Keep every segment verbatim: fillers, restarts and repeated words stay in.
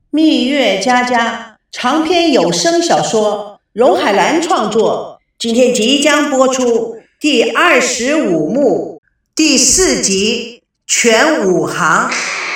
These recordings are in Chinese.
蜜月佳佳长篇有声小说，荣海兰创作，今天即将播出第二十五幕第四集全武行。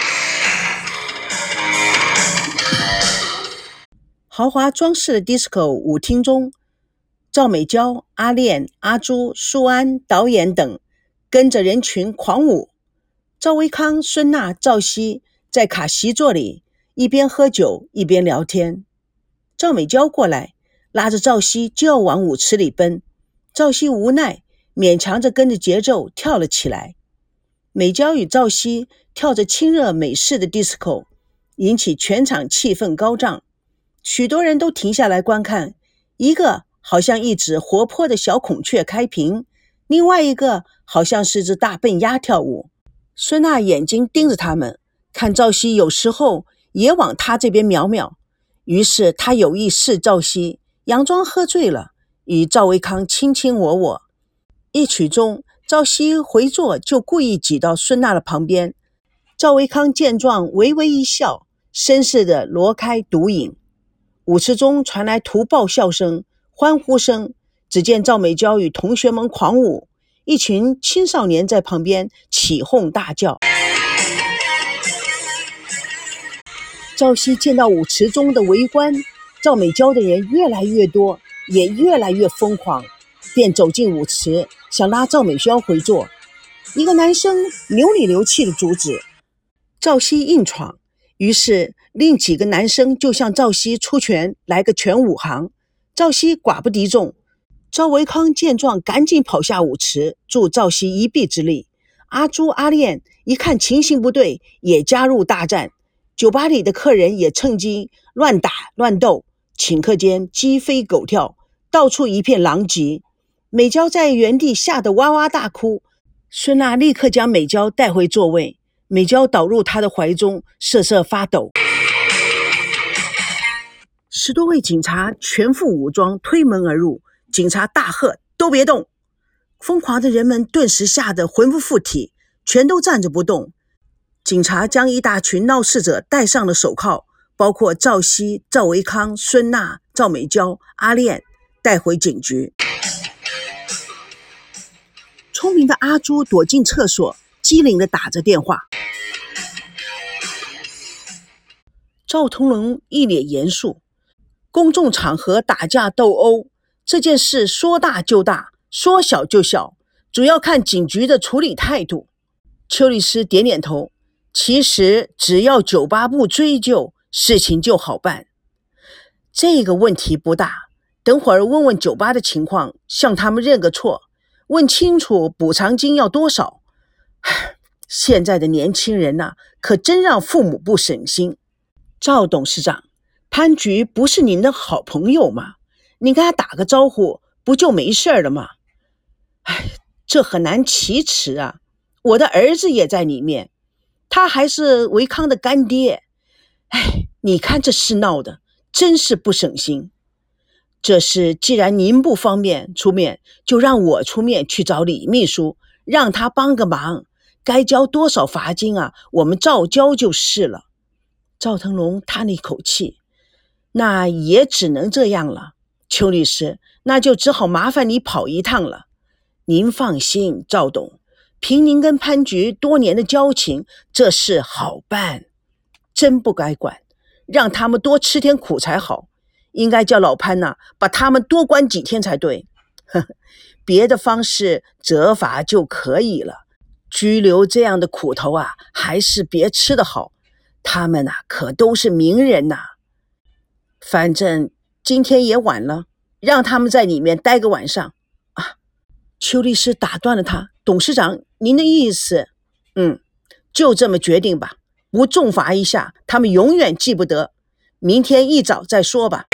豪华装饰的 disco 舞厅中，赵美娇、阿恋、阿朱、舒安导演等跟着人群狂舞。赵维康、孙娜、赵熙在卡席座里一边喝酒一边聊天。赵美娇过来拉着赵熙就要往舞池里奔，赵熙无奈勉强着跟着节奏跳了起来。美娇与赵熙跳着亲热美式的 disco， 引起全场气氛高涨，许多人都停下来观看，一个好像一只活泼的小孔雀开屏，另外一个好像是只大笨鸭跳舞。孙娜眼睛盯着他们，看赵熙有时候也往他这边瞄瞄，于是他有意示赵熙佯装喝醉了，与赵维康卿卿我我。一曲中，赵熙回座就故意挤到孙娜的旁边，赵维康见状微微一笑，绅士地挪开独饮。舞池中传来图爆笑声、欢呼声，只见赵美娇与同学们狂舞，一群青少年在旁边起哄大叫。赵熙见到舞池中的围观赵美娇的人越来越多，也越来越疯狂，便走进舞池，想拉赵美娇回座。一个男生流里流气的阻止，赵熙硬闯，于是另几个男生就向赵熙出拳，来个全武行。赵熙寡不敌众，赵维康见状赶紧跑下舞池，助赵熙一臂之力。阿朱、阿恋一看情形不对，也加入大战。酒吧里的客人也趁机乱打乱斗，顷刻间鸡飞狗跳，到处一片狼藉。美娇在原地吓得哇哇大哭，孙娜立刻将美娇带回座位，美娇倒入她的怀中，瑟瑟发抖。十多位警察全副武装推门而入，警察大喝：都别动！疯狂的人们顿时吓得魂不附体，全都站着不动。警察将一大群闹事者戴上了手铐，包括赵熙、赵维康、孙娜、赵美娇、阿恋，带回警局。聪明的阿朱躲进厕所，机灵地打着电话。赵同龙一脸严肃，公众场合打架斗殴，这件事说大就大，说小就小，主要看警局的处理态度。邱律师点点头，其实只要酒吧不追究，事情就好办。这个问题不大，等会儿问问酒吧的情况，向他们认个错，问清楚补偿金要多少。现在的年轻人啊，可真让父母不省心。赵董事长，潘局不是您的好朋友吗？你跟他打个招呼，不就没事了吗？哎，这很难启齿啊，我的儿子也在里面，他还是维康的干爹。哎，你看这事闹的，真是不省心。这事既然您不方便出面，就让我出面去找李秘书，让他帮个忙，该交多少罚金啊，我们照交就是了。赵腾龙叹了一口气，那也只能这样了。邱律师，那就只好麻烦你跑一趟了。您放心，赵董，凭您跟潘局多年的交情，这事好办。真不该管，让他们多吃点苦才好，应该叫老潘呐，把他们多关几天才对。呵呵，别的方式责罚就可以了，拘留这样的苦头啊，还是别吃的好。他们啊，可都是名人呐。反正今天也晚了，让他们在里面待个晚上啊。邱律师打断了他，董事长，您的意思？嗯，就这么决定吧，不重罚一下，他们永远记不得。明天一早再说吧。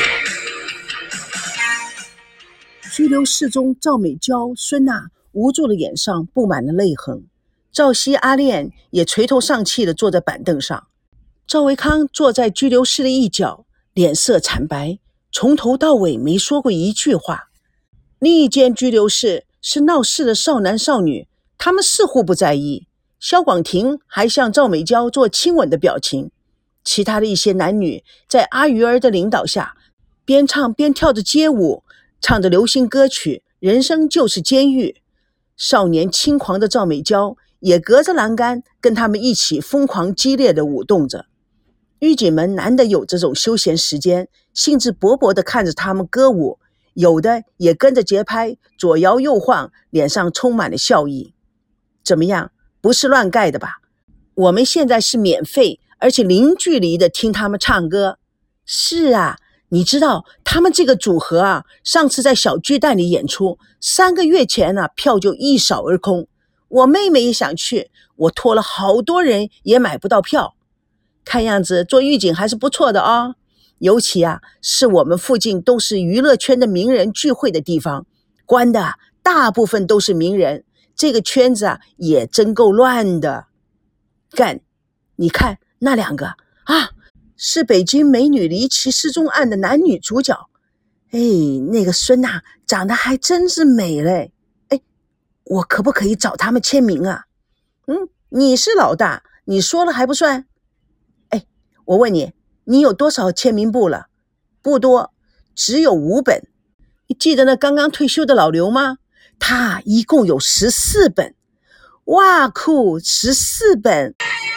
拘留室中，赵美娇、孙娜无助的脸上布满了泪痕，赵熙、阿恋也垂头丧气地坐在板凳上。赵维康坐在拘留室的一角，脸色惨白，从头到尾没说过一句话。另一间拘留室是闹事的少男少女，他们似乎不在意。萧广庭还向赵美娇做亲吻的表情， 其他的一些男女在阿鱼儿的领导下，边唱边跳着街舞，唱着流行歌曲，人生就是监狱。少年轻狂的赵美娇也隔着栏杆跟他们一起疯狂激烈的舞动着。狱警们难得有这种休闲时间，兴致勃勃地看着他们歌舞，有的也跟着节拍左摇右晃，脸上充满了笑意。怎么样，不是乱盖的吧？我们现在是免费而且零距离的听他们唱歌。是啊，你知道他们这个组合啊，上次在小巨蛋里演出，三个月前啊，票就一扫而空。我妹妹也想去，我托了好多人也买不到票。看样子做狱警还是不错的哦，尤其啊，是我们附近都是娱乐圈的名人聚会的地方，关的大部分都是名人，这个圈子啊也真够乱的。干，你看那两个啊，是北京美女离奇失踪案的男女主角。哎，那个孙娜长得还真是美嘞。哎，我可不可以找他们签名啊？嗯，你是老大，你说了还不算。哎，我问你，你有多少签名簿了？不多，只有五本。你记得那刚刚退休的老刘吗？他一共有十四本。哇酷，十四本！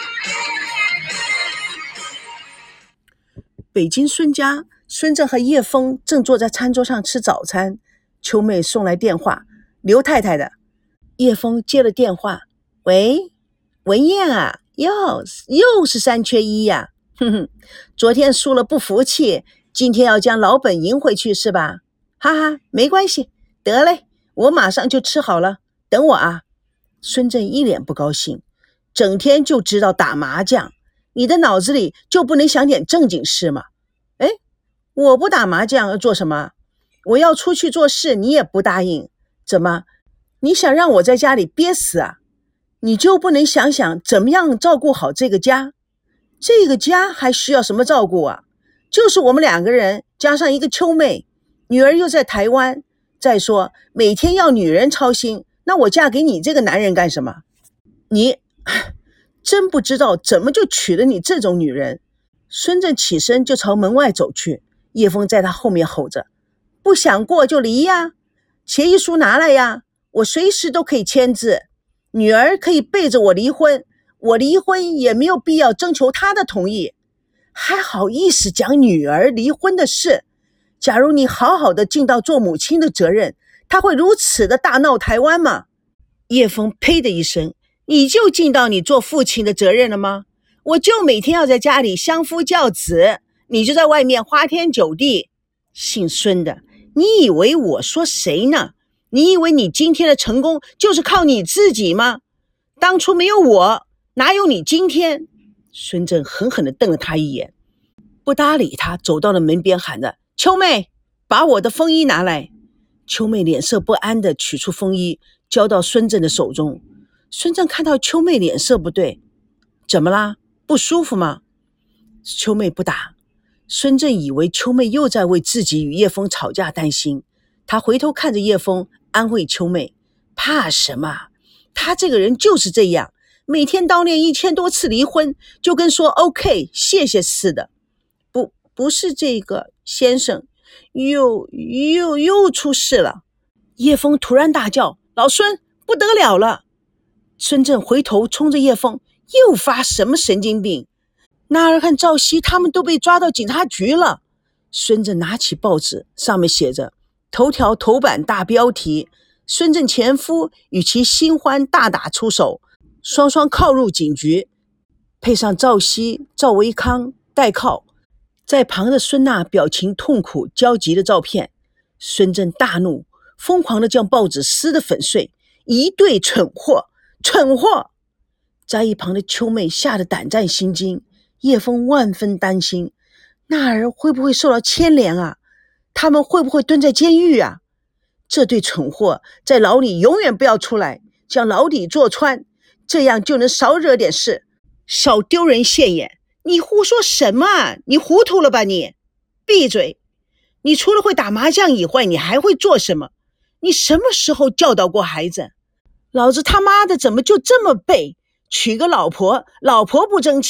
北京孙家，孙正和叶枫正坐在餐桌上吃早餐。秋妹送来电话，刘太太的。叶枫接了电话，喂，文燕啊，又又是三缺一呀、啊！哼哼，昨天输了不服气，今天要将老本赢回去是吧？哈哈，没关系，得嘞，我马上就吃好了，等我啊。孙正一脸不高兴，整天就知道打麻将，你的脑子里就不能想点正经事吗？哎，我不打麻将要做什么？我要出去做事，你也不答应，怎么？你想让我在家里憋死啊？你就不能想想怎么样照顾好这个家？这个家还需要什么照顾啊？就是我们两个人加上一个秋妹，女儿又在台湾，再说每天要女人操心，那我嫁给你这个男人干什么？你真不知道怎么就娶了你这种女人。孙正起身就朝门外走去，叶枫在他后面吼着，不想过就离呀，协议书拿来呀，我随时都可以签字，女儿可以背着我离婚，我离婚也没有必要征求她的同意，还好意思讲女儿离婚的事？假如你好好的尽到做母亲的责任，她会如此的大闹台湾吗？叶枫呸的一声，你就尽到你做父亲的责任了吗？我就每天要在家里相夫教子，你就在外面花天酒地。姓孙的，你以为我说谁呢？你以为你今天的成功就是靠你自己吗？当初没有我，哪有你今天？孙正狠狠地瞪了他一眼，不搭理他，走到了门边喊着，秋妹，把我的风衣拿来。秋妹脸色不安地取出风衣，交到孙正的手中。孙正看到秋妹脸色不对，怎么啦？不舒服吗？秋妹不答。孙正以为秋妹又在为自己与叶枫吵架担心，他回头看着叶枫，安慰秋妹，怕什么？他这个人就是这样，每天叨念一千多次离婚，就跟说 OK 谢谢似的。不不是这个先生，又又又出事了。叶枫突然大叫，老孙，不得了了！孙正回头冲着叶枫，又发什么神经病？娜儿和赵熙他们都被抓到警察局了。孙正拿起报纸，上面写着头条头版大标题，孙正前夫与其新欢大打出手，双双铐入警局，配上赵熙、赵维康代铐，在旁的孙娜表情痛苦焦急的照片。孙正大怒，疯狂地将报纸撕得粉碎，一对蠢货，蠢货！在一旁的秋妹吓得胆战心惊，叶枫万分担心，娜儿会不会受到牵连啊？他们会不会蹲在监狱啊？这对蠢货在牢里永远不要出来，将牢底坐穿，这样就能少惹点事，少丢人现眼。你胡说什么啊？你糊涂了吧你？闭嘴！你除了会打麻将以外，你还会做什么？你什么时候教导过孩子？老子他妈的怎么就这么背？娶个老婆，老婆不争气，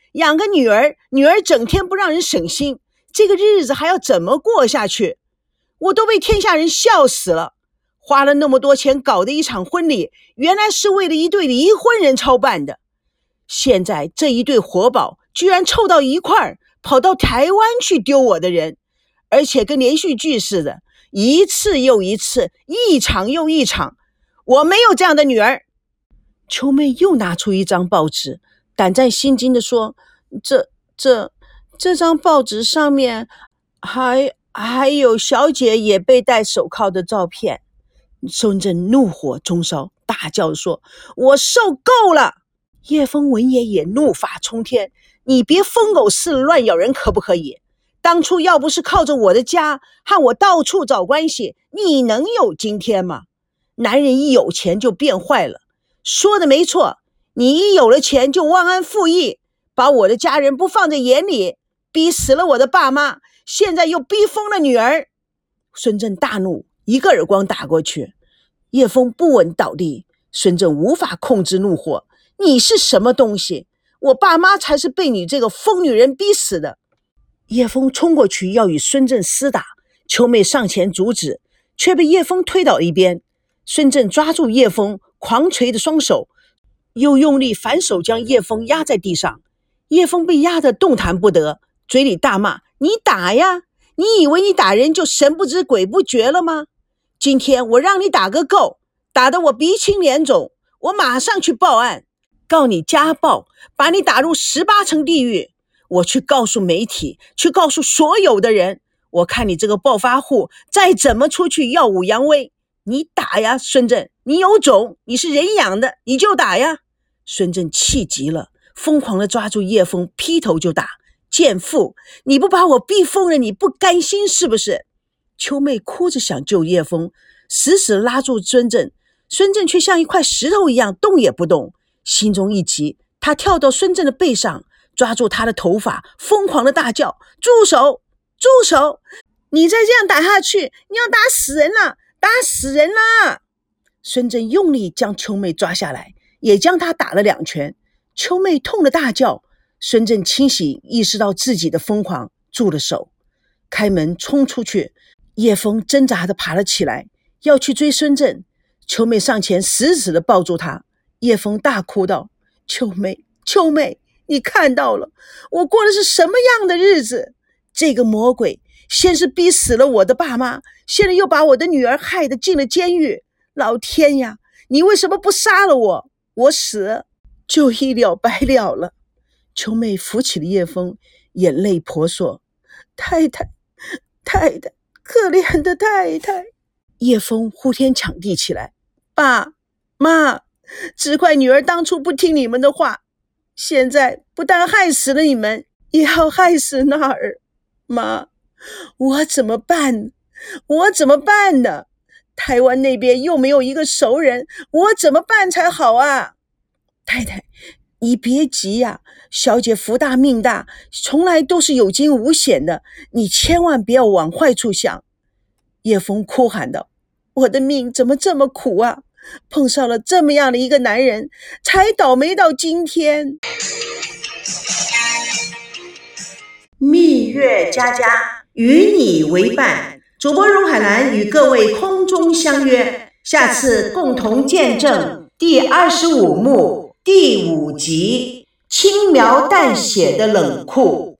养个女儿，女儿整天不让人省心，这个日子还要怎么过下去？我都被天下人笑死了。花了那么多钱搞的一场婚礼，原来是为了一对离婚人操办的。现在这一对活宝居然凑到一块儿，跑到台湾去丢我的人，而且跟连续剧似的，一次又一次，一场又一场。我没有这样的女儿。秋妹又拿出一张报纸，胆战心惊地说：这这这张报纸上面还还有小姐也被戴手铐的照片。孙正怒火中烧，大叫说：我受够了！叶枫闻言也怒发冲天，你别疯狗似的乱咬人可不可以？当初要不是靠着我的家和我到处找关系，你能有今天吗？男人一有钱就变坏了，说的没错，你一有了钱就忘恩负义，把我的家人不放在眼里，逼死了我的爸妈，现在又逼疯了女儿。孙正大怒，一个耳光打过去，叶枫不稳倒地。孙正无法控制怒火，你是什么东西？我爸妈才是被你这个疯女人逼死的。叶枫冲过去要与孙正厮打，秋妹上前阻止，却被叶枫推倒一边。孙正抓住叶枫狂捶的双手，又用力反手将叶枫压在地上。叶枫被压得动弹不得，嘴里大骂：你打呀！你以为你打人就神不知鬼不觉了吗？今天我让你打个够，打得我鼻青脸肿，我马上去报案，告你家暴，把你打入十八层地狱。我去告诉媒体，去告诉所有的人，我看你这个暴发户再怎么出去耀武扬威。你打呀，孙正，你有种，你是人养的，你就打呀！孙正气急了，疯狂地抓住叶枫，劈头就打。贱妇，你不把我逼疯了，你不甘心是不是？秋妹哭着想救叶枫，死死拉住孙正，孙正却像一块石头一样动也不动。心中一急，他跳到孙正的背上，抓住他的头发，疯狂的大叫：住手！住手！你再这样打下去，你要打死人了，打死人了！孙正用力将秋妹抓下来，也将她打了两拳。秋妹痛得大叫。孙正清醒，意识到自己的疯狂，住了手，开门冲出去。叶枫挣扎地爬了起来，要去追孙正。秋妹上前死死地抱住他。叶枫大哭道：秋妹，秋妹，你看到了我过的是什么样的日子？这个魔鬼先是逼死了我的爸妈，现在又把我的女儿害得进了监狱。老天呀，你为什么不杀了我？我死就一了百了了。秋妹扶起了叶枫，眼泪婆娑：太太，太太，可怜的太太。叶枫呼天抢地起来：爸妈，只怪女儿当初不听你们的话，现在不但害死了你们，也要害死那儿。妈，我怎么办？我怎么办呢？台湾那边又没有一个熟人，我怎么办才好啊？太太，你别急呀、啊，小姐福大命大，从来都是有惊无险的，你千万不要往坏处想。叶枫哭喊道：我的命怎么这么苦啊？碰上了这么样的一个男人，才倒霉到今天。蜜月佳佳，与你为伴，主播荣海兰与各位空中相约，下次共同见证第二十五幕第五集，轻描淡写的冷酷。